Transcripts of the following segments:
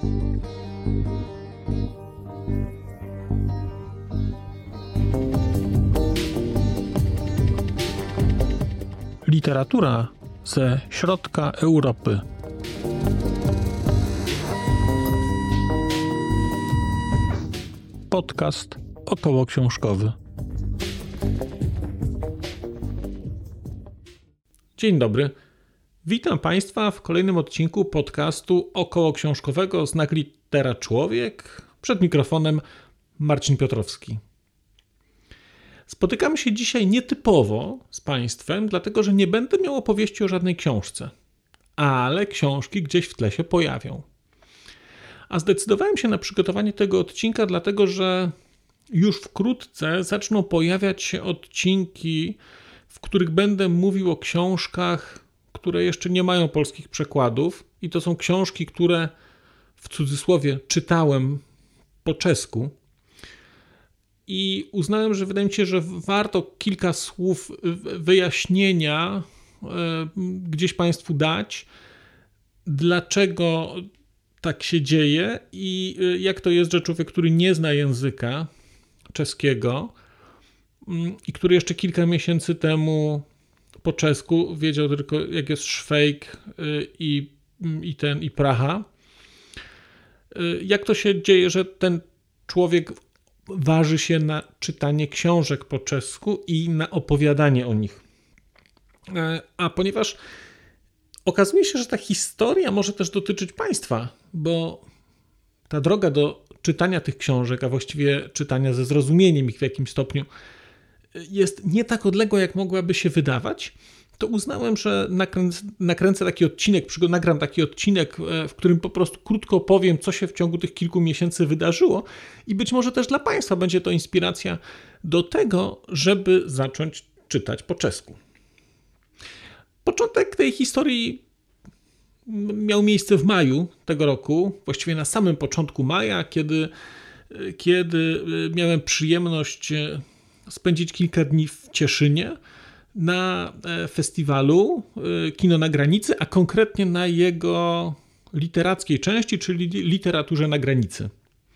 Literatura ze środka Europy. Podcast okołoksiążkowy. Dzień dobry. Witam Państwa w kolejnym odcinku podcastu okołoksiążkowego Znak Litera Człowiek. Przed mikrofonem Marcin Piotrowski. Spotykamy się dzisiaj nietypowo z Państwem, dlatego że nie będę miał opowieści o żadnej książce, ale książki gdzieś w tle się pojawią. A zdecydowałem się na przygotowanie tego odcinka, dlatego że już wkrótce zaczną pojawiać się odcinki, w których będę mówił o książkach, które jeszcze nie mają polskich przekładów, i to są książki, które w cudzysłowie czytałem po czesku. I uznałem, że wydaje mi się, że warto kilka słów wyjaśnienia gdzieś Państwu dać, dlaczego tak się dzieje i jak to jest, że człowiek, który nie zna języka czeskiego i który jeszcze kilka miesięcy temu po czesku wiedział tylko, jak jest szwejk i Praha, jak to się dzieje, że ten człowiek waży się na czytanie książek po czesku i na opowiadanie o nich. A ponieważ okazuje się, że ta historia może też dotyczyć Państwa, bo ta droga do czytania tych książek, a właściwie czytania ze zrozumieniem ich w jakimś stopniu, jest nie tak odległa, jak mogłaby się wydawać, to uznałem, że nakręcę taki odcinek, nagram taki odcinek, w którym po prostu krótko powiem, co się w ciągu tych kilku miesięcy wydarzyło, i być może też dla Państwa będzie to inspiracja do tego, żeby zacząć czytać po czesku. Początek tej historii miał miejsce w maju tego roku, właściwie na samym początku maja, kiedy miałem przyjemność spędzić kilka dni w Cieszynie na festiwalu Kino na Granicy, a konkretnie na jego literackiej części, czyli literaturze na granicy.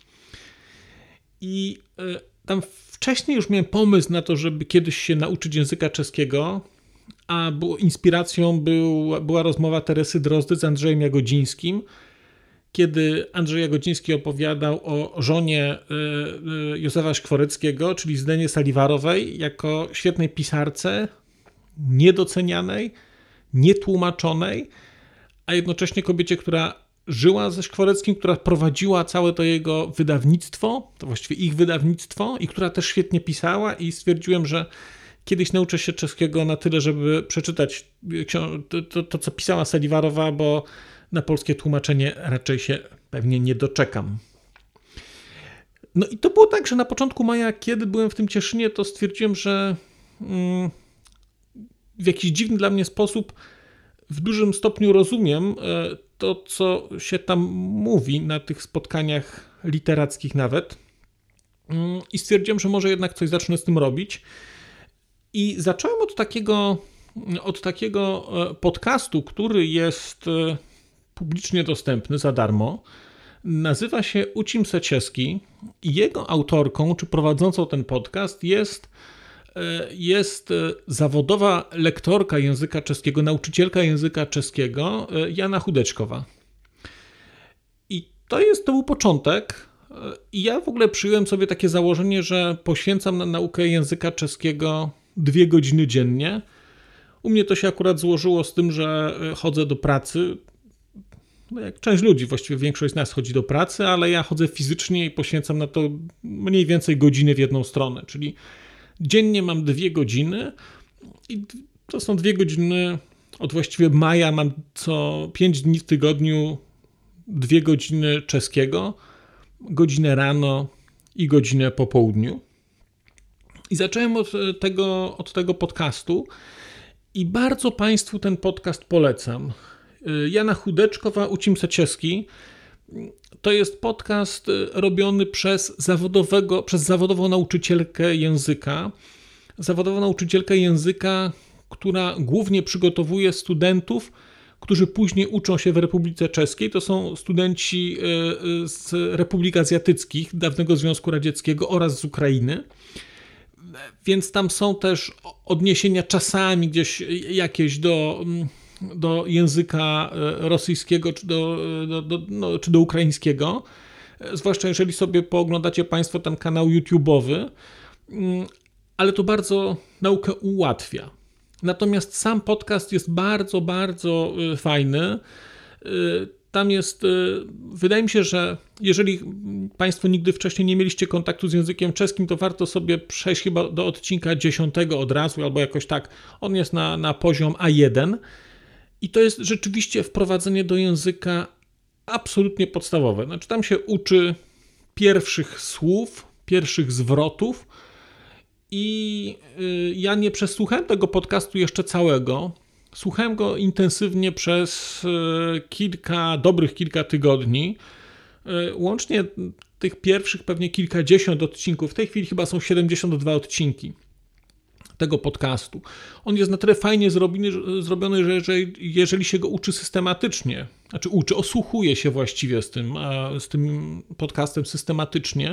I tam wcześniej już miałem pomysł na to, żeby kiedyś się nauczyć języka czeskiego, a inspiracją była rozmowa Teresy Drozdy z Andrzejem Jagodzińskim, kiedy Andrzej Jagodziński opowiadał o żonie Józefa Szkworeckiego, czyli Zdenie Saliwarowej, jako świetnej pisarce, niedocenianej, nietłumaczonej, a jednocześnie kobiecie, która żyła ze Szkworeckim, która prowadziła całe to jego wydawnictwo, to właściwie ich wydawnictwo, i która też świetnie pisała, i stwierdziłem, że kiedyś nauczę się czeskiego na tyle, żeby przeczytać to, co pisała Saliwarowa, bo na polskie tłumaczenie raczej się pewnie nie doczekam. No i to było tak, że na początku maja, kiedy byłem w tym Cieszynie, to stwierdziłem, że w jakiś dziwny dla mnie sposób w dużym stopniu rozumiem to, co się tam mówi na tych spotkaniach literackich nawet, i stwierdziłem, że może jednak coś zacznę z tym robić. I zacząłem od takiego podcastu, który jest publicznie dostępny za darmo. Nazywa się Uczím se česky i jego autorką, czy prowadzącą ten podcast jest zawodowa lektorka języka czeskiego, nauczycielka języka czeskiego Jana Hudečková. I to był początek. I ja w ogóle przyjąłem sobie takie założenie, że poświęcam na naukę języka czeskiego 2 godziny dziennie. U mnie to się akurat złożyło z tym, że chodzę do pracy. No jak część ludzi, właściwie większość z nas chodzi do pracy, ale ja chodzę fizycznie i poświęcam na to mniej więcej godziny w jedną stronę. Czyli dziennie mam 2 godziny i to są 2 godziny, od właściwie maja mam co 5 dni w tygodniu 2 godziny czeskiego, godzinę rano i godzinę po południu. I zacząłem od tego podcastu i bardzo Państwu ten podcast polecam. Jana Hudečková, Uczím se česky. To jest podcast robiony przez zawodową nauczycielkę języka. Zawodową nauczycielkę języka, która głównie przygotowuje studentów, którzy później uczą się w Republice Czeskiej. To są studenci z Republik Azjatyckich, dawnego Związku Radzieckiego oraz z Ukrainy. Więc tam są też odniesienia czasami gdzieś jakieś do języka rosyjskiego czy do ukraińskiego. Zwłaszcza jeżeli sobie pooglądacie Państwo ten kanał YouTube'owy, ale to bardzo naukę ułatwia. Natomiast sam podcast jest bardzo, bardzo fajny. Tam jest, wydaje mi się, że jeżeli Państwo nigdy wcześniej nie mieliście kontaktu z językiem czeskim, to warto sobie przejść chyba do odcinka 10 od razu, albo jakoś tak. On jest na poziom A1 i to jest rzeczywiście wprowadzenie do języka absolutnie podstawowe. Znaczy tam się uczy pierwszych słów, pierwszych zwrotów i ja nie przesłuchałem tego podcastu jeszcze całego. Słuchałem go intensywnie przez dobrych kilka tygodni. Łącznie tych pierwszych pewnie kilkadziesiąt odcinków. W tej chwili chyba są 72 odcinki tego podcastu. On jest na tyle fajnie zrobiony, że jeżeli się go uczy systematycznie, osłuchuje się właściwie z tym podcastem systematycznie,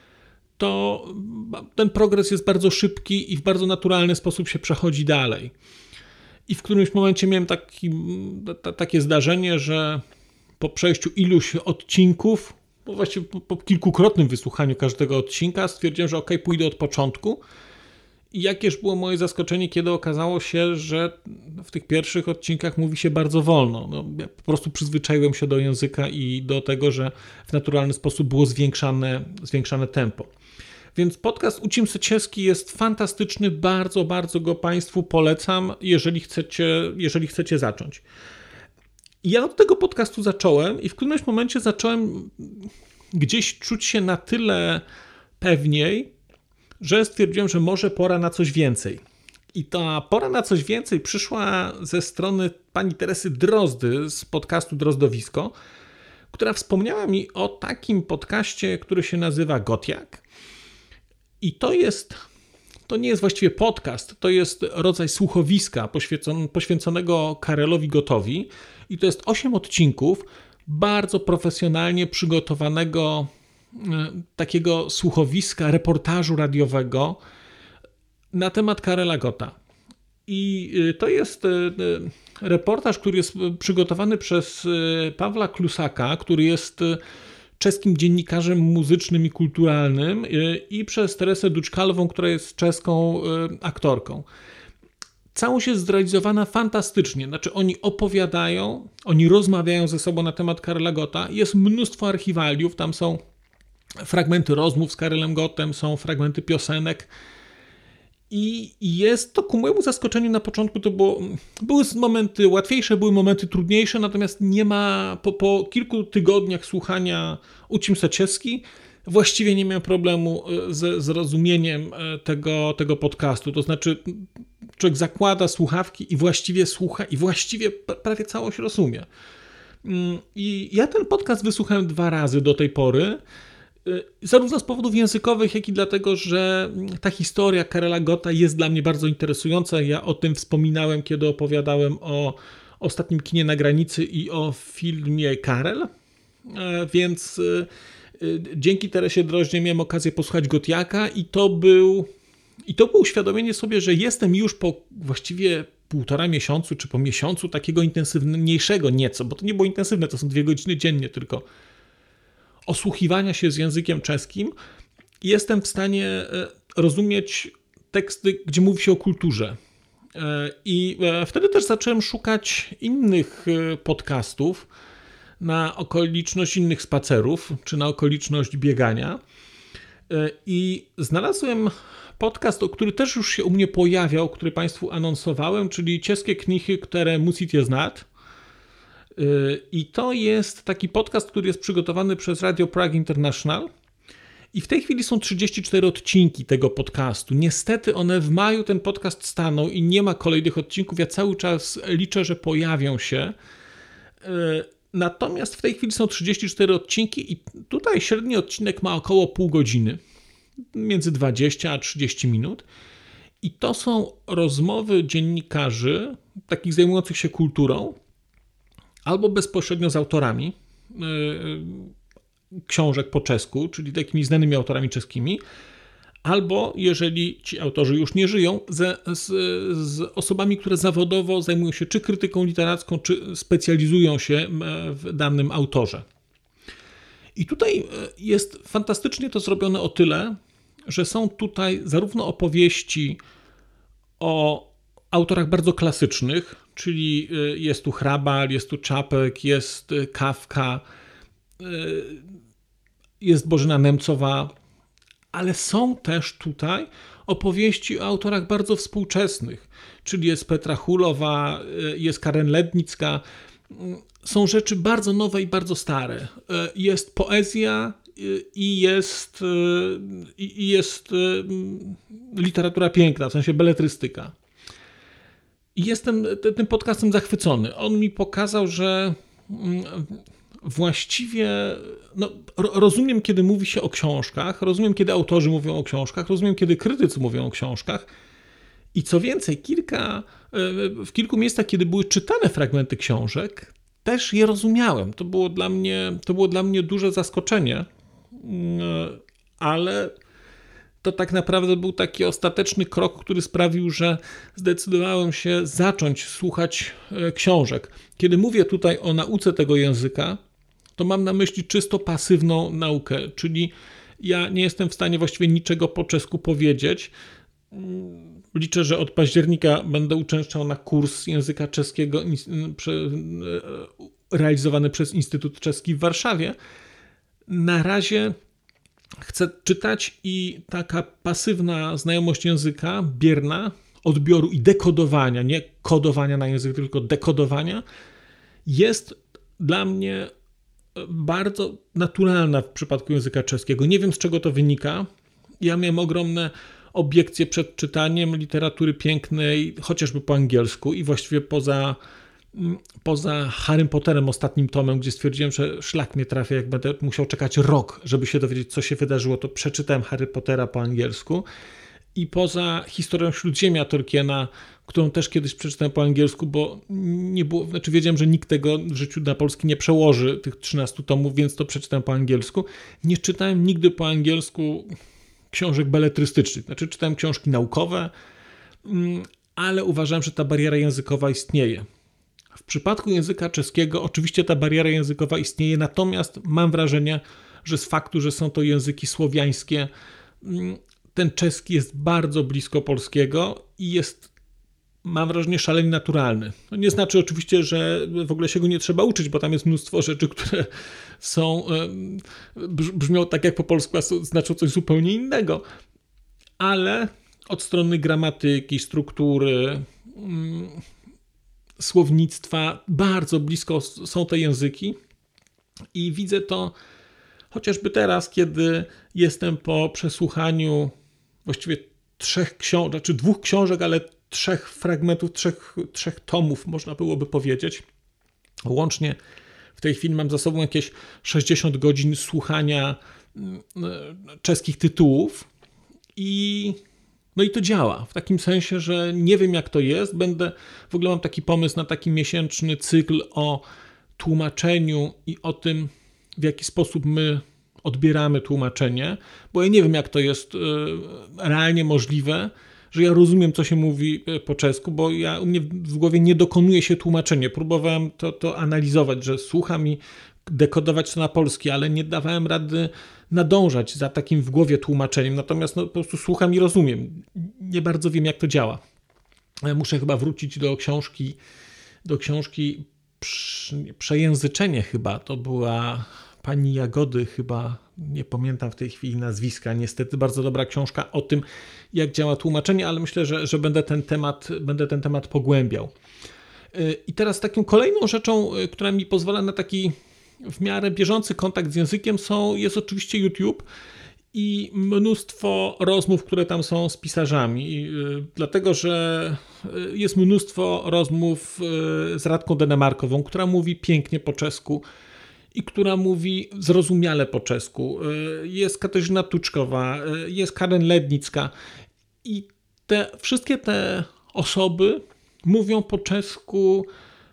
to ten progres jest bardzo szybki i w bardzo naturalny sposób się przechodzi dalej. I w którymś momencie miałem takie zdarzenie, że po przejściu iluś odcinków, właściwie po kilkukrotnym wysłuchaniu każdego odcinka, stwierdziłem, że pójdę od początku. I jakież było moje zaskoczenie, kiedy okazało się, że w tych pierwszych odcinkach mówi się bardzo wolno. Ja po prostu przyzwyczaiłem się do języka i do tego, że w naturalny sposób było zwiększane tempo. Więc podcast Uczím se česky jest fantastyczny, bardzo, bardzo go Państwu polecam, jeżeli chcecie zacząć. Ja od tego podcastu zacząłem i w którymś momencie zacząłem gdzieś czuć się na tyle pewniej, że stwierdziłem, że może pora na coś więcej. I ta pora na coś więcej przyszła ze strony pani Teresy Drozdy z podcastu Drozdowisko, która wspomniała mi o takim podcaście, który się nazywa Gotiak. I to nie jest właściwie podcast, to jest rodzaj słuchowiska poświęconego Karelowi Gottowi. I to jest 8 odcinków bardzo profesjonalnie przygotowanego takiego słuchowiska, reportażu radiowego na temat Karela Gotta. I to jest reportaż, który jest przygotowany przez Pawła Klusaka, który jest czeskim dziennikarzem muzycznym i kulturalnym, i przez Teresę Duczkalową, która jest czeską aktorką. Całość jest zrealizowana fantastycznie. Znaczy oni opowiadają, oni rozmawiają ze sobą na temat Karela Gotta. Jest mnóstwo archiwaliów, tam są fragmenty rozmów z Karelem Gottem, są fragmenty piosenek. I jest to ku mojemu zaskoczeniu na początku, były momenty łatwiejsze, były momenty trudniejsze, natomiast nie ma, po kilku tygodniach słuchania Uczím se česky właściwie nie miałem problemu ze zrozumieniem tego podcastu. To znaczy człowiek zakłada słuchawki i właściwie słucha i właściwie prawie całość rozumie. I ja ten podcast wysłuchałem 2 razy do tej pory, zarówno z powodów językowych, jak i dlatego, że ta historia Karela Gotta jest dla mnie bardzo interesująca. Ja o tym wspominałem, kiedy opowiadałem o Ostatnim kinie na granicy i o filmie Karel, więc dzięki Teresie Droździe miałem okazję posłuchać Gotiaka i to było uświadomienie sobie, że jestem już po właściwie 1,5 miesiącu, czy po miesiącu takiego intensywniejszego nieco, bo to nie było intensywne, to są 2 godziny dziennie tylko, osłuchiwania się z językiem czeskim, jestem w stanie rozumieć teksty, gdzie mówi się o kulturze. I wtedy też zacząłem szukać innych podcastów na okoliczność innych spacerów, czy na okoliczność biegania. I znalazłem podcast, który też już się u mnie pojawiał, który Państwu anonsowałem, czyli České knihy, które musíte znát. I to jest taki podcast, który jest przygotowany przez Radio Prague International i w tej chwili są 34 odcinki tego podcastu. Niestety w maju ten podcast stanął i nie ma kolejnych odcinków. Ja cały czas liczę, że pojawią się. Natomiast w tej chwili są 34 odcinki i tutaj średni odcinek ma około pół godziny, między 20 a 30 minut. I to są rozmowy dziennikarzy, takich zajmujących się kulturą, albo bezpośrednio z autorami książek po czesku, czyli takimi znanymi autorami czeskimi, albo jeżeli ci autorzy już nie żyją, z osobami, które zawodowo zajmują się czy krytyką literacką, czy specjalizują się w danym autorze. I tutaj jest fantastycznie to zrobione o tyle, że są tutaj zarówno opowieści o autorach bardzo klasycznych, czyli jest tu Hrabal, jest tu Čapek, jest Kafka, jest Bożena Nemcowa, ale są też tutaj opowieści o autorach bardzo współczesnych, czyli jest Petra Chulowa, jest Karen Lednicka. Są rzeczy bardzo nowe i bardzo stare. Jest poezja i jest literatura piękna, w sensie beletrystyka. I jestem tym podcastem zachwycony. On mi pokazał, że właściwie rozumiem, kiedy mówi się o książkach, rozumiem, kiedy autorzy mówią o książkach, rozumiem, kiedy krytycy mówią o książkach. I co więcej, w kilku miejscach, kiedy były czytane fragmenty książek, też je rozumiałem. To było dla mnie duże zaskoczenie, ale to tak naprawdę był taki ostateczny krok, który sprawił, że zdecydowałem się zacząć słuchać książek. Kiedy mówię tutaj o nauce tego języka, to mam na myśli czysto pasywną naukę, czyli ja nie jestem w stanie właściwie niczego po czesku powiedzieć. Liczę, że od października będę uczęszczał na kurs języka czeskiego realizowany przez Instytut Czeski w Warszawie. Na razie chcę czytać i taka pasywna znajomość języka, bierna, odbioru i dekodowania, nie kodowania na język, tylko dekodowania, jest dla mnie bardzo naturalna w przypadku języka czeskiego. Nie wiem, z czego to wynika. Ja miałem ogromne obiekcje przed czytaniem literatury pięknej, chociażby po angielsku i właściwie poza Harrym Potterem, ostatnim tomem, gdzie stwierdziłem, że szlak mnie trafia, jak będę musiał czekać rok, żeby się dowiedzieć, co się wydarzyło, to przeczytałem Harry Pottera po angielsku. I poza historią Śródziemia Tolkiena, którą też kiedyś przeczytałem po angielsku, bo nie było, wiedziałem, że nikt tego w życiu na polski nie przełoży, tych 13 tomów, więc to przeczytałem po angielsku. Nie czytałem nigdy po angielsku książek beletrystycznych. Czytałem książki naukowe, ale uważałem, że ta bariera językowa istnieje. W przypadku języka czeskiego oczywiście ta bariera językowa istnieje, natomiast mam wrażenie, że z faktu, że są to języki słowiańskie, ten czeski jest bardzo blisko polskiego i jest, mam wrażenie, szalenie naturalny. To nie znaczy oczywiście, że w ogóle się go nie trzeba uczyć, bo tam jest mnóstwo rzeczy, które brzmią tak jak po polsku, a znaczą coś zupełnie innego. Ale od strony gramatyki, struktury, słownictwa bardzo blisko są te języki i widzę to chociażby teraz, kiedy jestem po przesłuchaniu właściwie 2 książek, ale 3 fragmentów, 3 tomów, można byłoby powiedzieć. Łącznie w tej chwili mam za sobą jakieś 60 godzin słuchania czeskich tytułów i to działa. W takim sensie, że nie wiem, jak to jest. W ogóle mam taki pomysł na taki miesięczny cykl o tłumaczeniu i o tym, w jaki sposób my odbieramy tłumaczenie, bo ja nie wiem, jak to jest realnie możliwe, że ja rozumiem, co się mówi po czesku, bo u mnie w głowie nie dokonuje się tłumaczenie. Próbowałem to analizować, że słucham i dekodować to na polski, ale nie dawałem rady nadążać za takim w głowie tłumaczeniem. Natomiast po prostu słucham i rozumiem. Nie bardzo wiem, jak to działa. Muszę chyba wrócić do książki Przejęzyczenie chyba. To była pani Jagody chyba, nie pamiętam w tej chwili nazwiska. Niestety bardzo dobra książka o tym, jak działa tłumaczenie, ale myślę, że będę ten temat pogłębiał. I teraz taką kolejną rzeczą, która mi pozwala na taki w miarę bieżący kontakt z językiem jest oczywiście YouTube i mnóstwo rozmów, które tam są z pisarzami, dlatego że jest mnóstwo rozmów z Radką Denemarkową, która mówi pięknie po czesku i która mówi zrozumiale po czesku. Jest Katarzyna Tuczkowa, jest Karen Lednicka i wszystkie te osoby mówią po czesku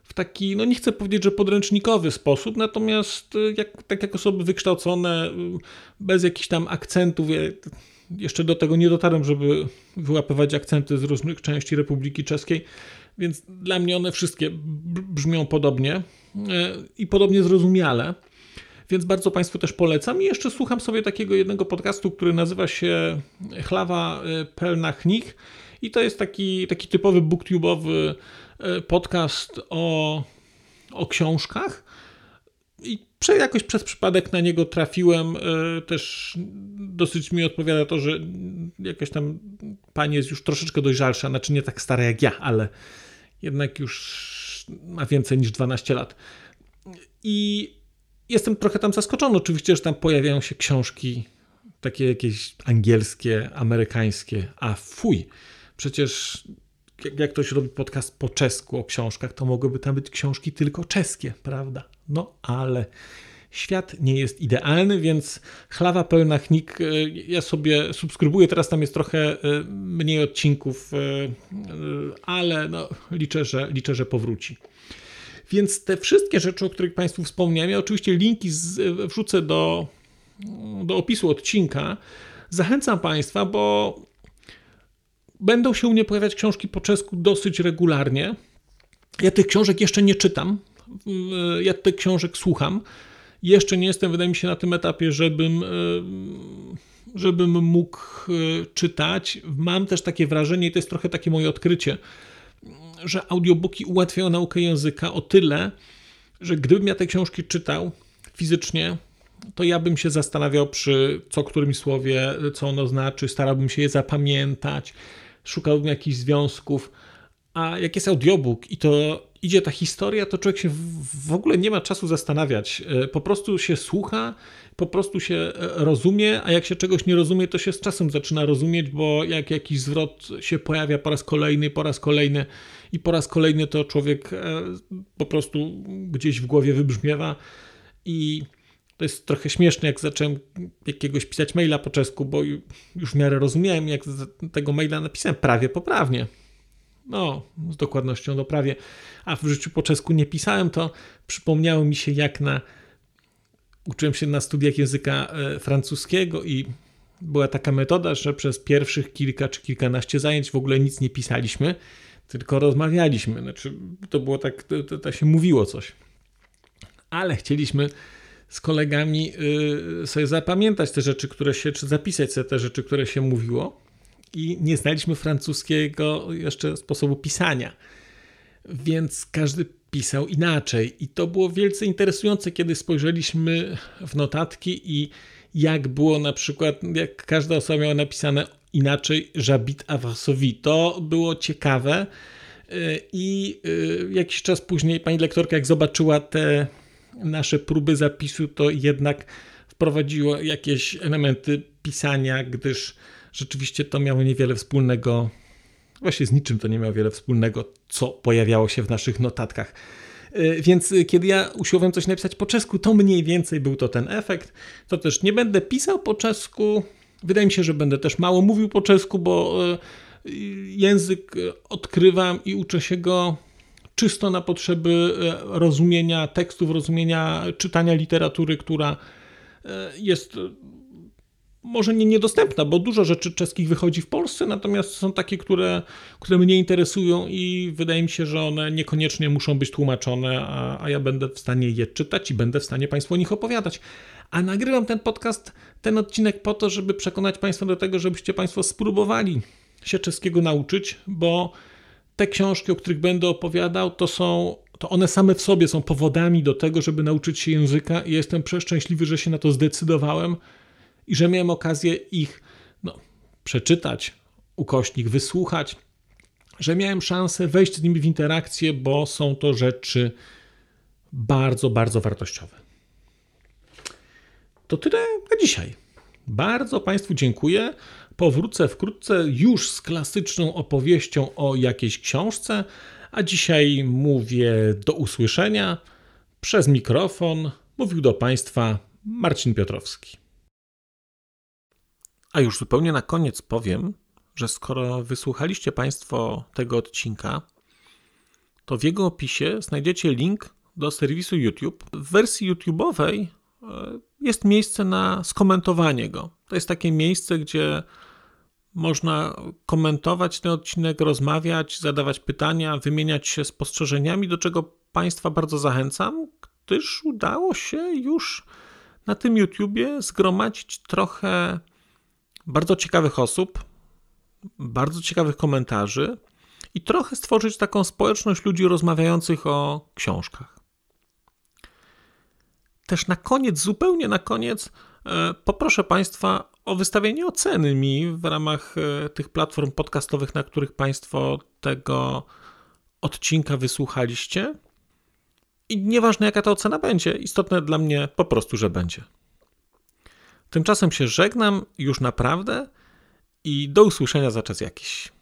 w taki, no nie chcę powiedzieć, że podręcznikowy sposób, natomiast tak jak osoby wykształcone, bez jakichś tam akcentów. Ja jeszcze do tego nie dotarłem, żeby wyłapywać akcenty z różnych części Republiki Czeskiej, więc dla mnie one wszystkie brzmią podobnie i podobnie zrozumiale. Więc bardzo Państwu też polecam. I jeszcze słucham sobie takiego jednego podcastu, który nazywa się Hlawa Pełna Knih. I to jest taki typowy booktube'owy podcast o książkach. I jakoś przez przypadek na niego trafiłem. Też dosyć mi odpowiada to, że jakaś tam pani jest już troszeczkę dojrzalsza, znaczy nie tak stara jak ja, ale jednak już ma więcej niż 12 lat. I jestem trochę tam zaskoczony oczywiście, że tam pojawiają się książki takie jakieś angielskie, amerykańskie, a fuj, przecież jak ktoś robi podcast po czesku o książkach, to mogłyby tam być książki tylko czeskie, prawda? No ale świat nie jest idealny, więc Hlawa Pełna Knih ja sobie subskrybuję, teraz tam jest trochę mniej odcinków, ale no, liczę, że powróci. Więc te wszystkie rzeczy, o których Państwu wspomniałem, ja oczywiście linki wrzucę do opisu odcinka. Zachęcam Państwa, bo będą się u mnie pojawiać książki po czesku dosyć regularnie. Ja tych książek jeszcze nie czytam, ja tych książek słucham. Jeszcze nie jestem, wydaje mi się, na tym etapie, żebym mógł czytać. Mam też takie wrażenie, i to jest trochę takie moje odkrycie, że audiobooki ułatwiają naukę języka o tyle, że gdybym ja te książki czytał fizycznie, to ja bym się zastanawiał przy co którymś słowie, co ono znaczy, starałbym się je zapamiętać, szukałbym jakichś związków, a jak jest audiobook i to idzie ta historia, to człowiek się w ogóle nie ma czasu zastanawiać. Po prostu się słucha, po prostu się rozumie, a jak się czegoś nie rozumie, to się z czasem zaczyna rozumieć, bo jak jakiś zwrot się pojawia po raz kolejny, to człowiek po prostu gdzieś w głowie wybrzmiewa. I to jest trochę śmieszne, jak zacząłem jakiegoś pisać maila po czesku, bo już w miarę rozumiałem, jak tego maila napisałem prawie poprawnie. No, z dokładnością do prawie. A w życiu po czesku nie pisałem, to przypomniało mi się, uczyłem się na studiach języka francuskiego i była taka metoda, że przez pierwszych kilka czy kilkanaście zajęć w ogóle nic nie pisaliśmy, tylko rozmawialiśmy. Znaczy, to było tak, to się mówiło coś. Ale chcieliśmy z kolegami sobie zapamiętać te rzeczy, czy zapisać sobie te rzeczy, które się mówiło. I nie znaliśmy francuskiego jeszcze sposobu pisania, więc każdy pisał inaczej. I to było wielce interesujące, kiedy spojrzeliśmy w notatki i jak było na przykład, jak każda osoba miała napisane inaczej j'habite à Varsovie. To było ciekawe i jakiś czas później pani lektorka, jak zobaczyła te nasze próby zapisu, to jednak wprowadziła jakieś elementy pisania, gdyż rzeczywiście to miało niewiele wspólnego, właśnie z niczym to nie miało wiele wspólnego, co pojawiało się w naszych notatkach. Więc kiedy ja usiłowałem coś napisać po czesku, to mniej więcej był to ten efekt. To też nie będę pisał po czesku. Wydaje mi się, że będę też mało mówił po czesku, bo język odkrywam i uczę się go czysto na potrzeby rozumienia tekstów, rozumienia czytania literatury, która jest może niedostępna, bo dużo rzeczy czeskich wychodzi w Polsce, natomiast są takie, które mnie interesują i wydaje mi się, że one niekoniecznie muszą być tłumaczone, a ja będę w stanie je czytać i będę w stanie Państwu o nich opowiadać. A nagrywam ten podcast, ten odcinek po to, żeby przekonać Państwa do tego, żebyście Państwo spróbowali się czeskiego nauczyć, bo te książki, o których będę opowiadał, to one same w sobie są powodami do tego, żeby nauczyć się języka i jestem przeszczęśliwy, że się na to zdecydowałem i że miałem okazję ich przeczytać, ukośnik wysłuchać, że miałem szansę wejść z nimi w interakcję, bo są to rzeczy bardzo, bardzo wartościowe. To tyle na dzisiaj. Bardzo Państwu dziękuję. Powrócę wkrótce już z klasyczną opowieścią o jakiejś książce, a dzisiaj mówię do usłyszenia. Przez mikrofon mówił do Państwa Marcin Piotrowski. A już zupełnie na koniec powiem, że skoro wysłuchaliście Państwo tego odcinka, to w jego opisie znajdziecie link do serwisu YouTube. W wersji YouTube'owej jest miejsce na skomentowanie go. To jest takie miejsce, gdzie można komentować ten odcinek, rozmawiać, zadawać pytania, wymieniać się spostrzeżeniami, do czego Państwa bardzo zachęcam, gdyż udało się już na tym YouTubie zgromadzić trochę bardzo ciekawych osób, bardzo ciekawych komentarzy i trochę stworzyć taką społeczność ludzi rozmawiających o książkach. Też na koniec, zupełnie na koniec, poproszę Państwa o wystawienie oceny mi w ramach tych platform podcastowych, na których Państwo tego odcinka wysłuchaliście. I nieważne jaka ta ocena będzie, istotne dla mnie po prostu, że będzie. Tymczasem się żegnam już naprawdę i do usłyszenia za czas jakiś.